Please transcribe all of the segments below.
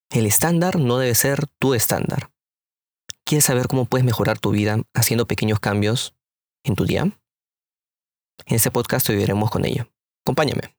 El estándar no debe ser tu estándar. ¿Quieres saber cómo puedes mejorar tu vida haciendo pequeños cambios en tu día? En este podcast te ayudaremos con ello. Acompáñame.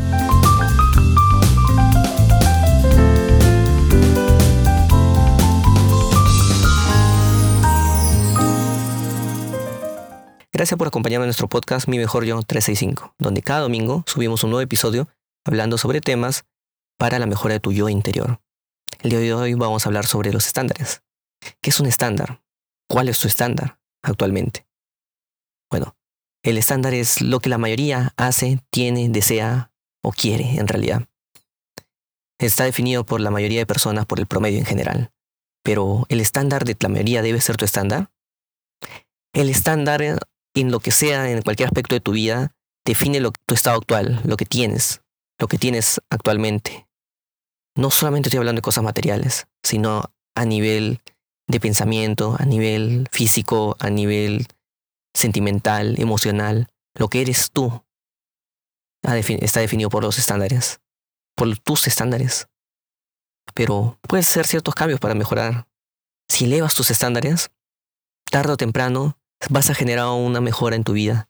Gracias por acompañarme en nuestro podcast Mi Mejor Yo 365, donde cada domingo subimos un nuevo episodio hablando sobre temas para la mejora de tu yo interior. El día de hoy vamos a hablar sobre los estándares. ¿Qué es un estándar? ¿Cuál es tu estándar actualmente? Bueno, el estándar es lo que la mayoría hace, tiene, desea o quiere en realidad. Está definido por la mayoría de personas, por el promedio en general. Pero ¿el estándar de la mayoría debe ser tu estándar? El estándar, en lo que sea, en cualquier aspecto de tu vida, define tu estado actual, lo que tienes actualmente. No solamente estoy hablando de cosas materiales, sino a nivel de pensamiento, a nivel físico, a nivel sentimental, emocional. Lo que eres tú está definido por los estándares, por tus estándares. Pero puedes hacer ciertos cambios para mejorar. Si elevas tus estándares, tarde o temprano vas a generar una mejora en tu vida.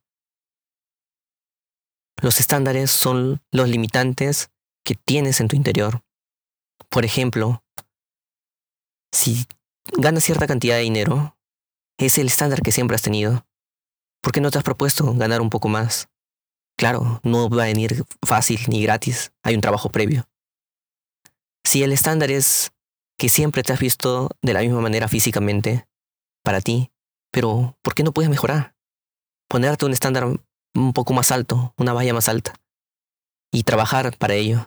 Los estándares son los limitantes que tienes en tu interior. Por ejemplo, si ganas cierta cantidad de dinero, es el estándar que siempre has tenido. ¿Por qué no te has propuesto ganar un poco más? Claro, no va a venir fácil ni gratis, hay un trabajo previo. Si el estándar es que siempre te has visto de la misma manera físicamente, para ti, pero ¿por qué no puedes mejorar? Ponerte un estándar un poco más alto, una valla más alta, y trabajar para ello.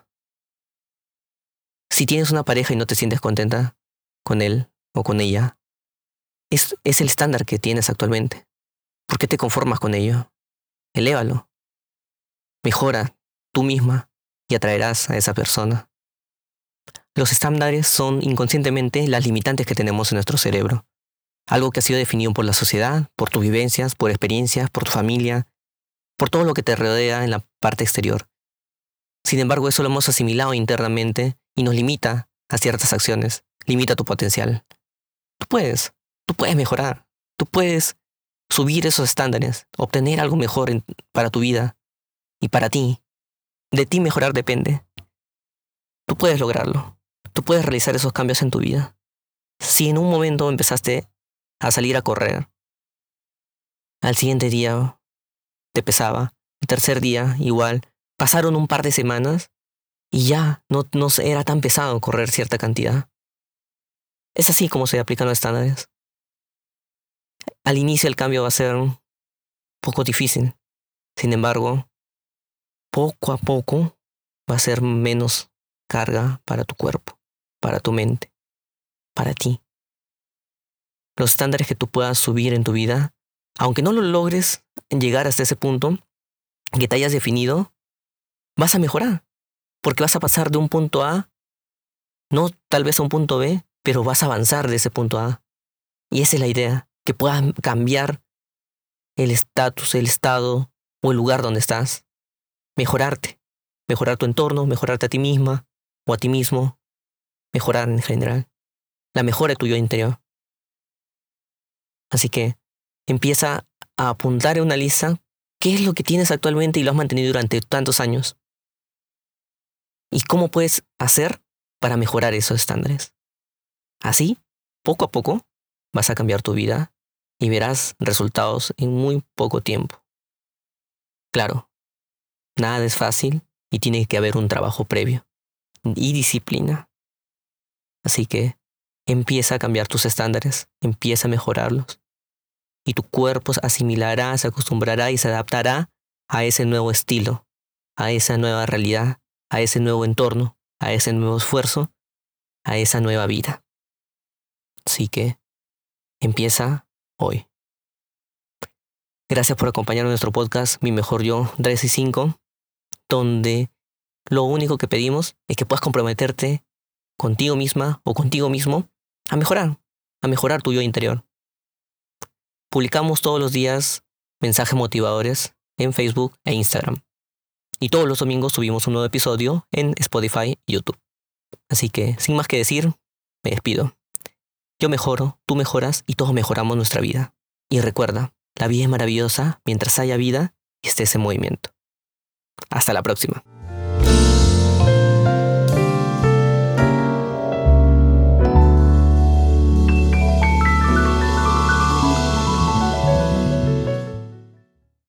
Si tienes una pareja y no te sientes contenta con él o con ella, es el estándar que tienes actualmente. ¿Por qué te conformas con ello? Elévalo. Mejora tú misma y atraerás a esa persona. Los estándares son inconscientemente las limitantes que tenemos en nuestro cerebro. Algo que ha sido definido por la sociedad, por tus vivencias, por experiencias, por tu familia, por todo lo que te rodea en la parte exterior. Sin embargo, eso lo hemos asimilado internamente y nos limita a ciertas acciones, limita tu potencial. Tú puedes mejorar, tú puedes subir esos estándares, obtener algo mejor para tu vida y para ti. De ti mejorar depende. Tú puedes lograrlo, tú puedes realizar esos cambios en tu vida. Si en un momento empezaste a salir a correr, al siguiente día te pesaba, el tercer día igual, pasaron un par de semanas y ya no era tan pesado correr cierta cantidad. Es así como se aplican los estándares. Al inicio el cambio va a ser un poco difícil. Sin embargo, poco a poco va a ser menos carga para tu cuerpo, para tu mente, para ti. Los estándares que tú puedas subir en tu vida, aunque no lo logres llegar hasta ese punto que te hayas definido, vas a mejorar. Porque vas a pasar de un punto A, no tal vez a un punto B, pero vas a avanzar de ese punto A. Y esa es la idea, que puedas cambiar el estatus, el estado o el lugar donde estás. Mejorarte, mejorar tu entorno, mejorarte a ti misma o a ti mismo, mejorar en general. La mejora de tu yo interior. Así que empieza a apuntar en una lista qué es lo que tienes actualmente y lo has mantenido durante tantos años. ¿Y cómo puedes hacer para mejorar esos estándares? Así, poco a poco, vas a cambiar tu vida y verás resultados en muy poco tiempo. Claro, nada es fácil y tiene que haber un trabajo previo y disciplina. Así que empieza a cambiar tus estándares, empieza a mejorarlos. Y tu cuerpo asimilará, se acostumbrará y se adaptará a ese nuevo estilo, a esa nueva realidad, a ese nuevo entorno, a ese nuevo esfuerzo, a esa nueva vida. Así que empieza hoy. Gracias por acompañarnos en nuestro podcast Mi Mejor Yo 365, donde lo único que pedimos es que puedas comprometerte contigo misma o contigo mismo a mejorar tu yo interior. Publicamos todos los días mensajes motivadores en Facebook e Instagram. Y todos los domingos subimos un nuevo episodio en Spotify y YouTube. Así que, sin más que decir, me despido. Yo mejoro, tú mejoras y todos mejoramos nuestra vida. Y recuerda, la vida es maravillosa mientras haya vida y estés en movimiento. Hasta la próxima.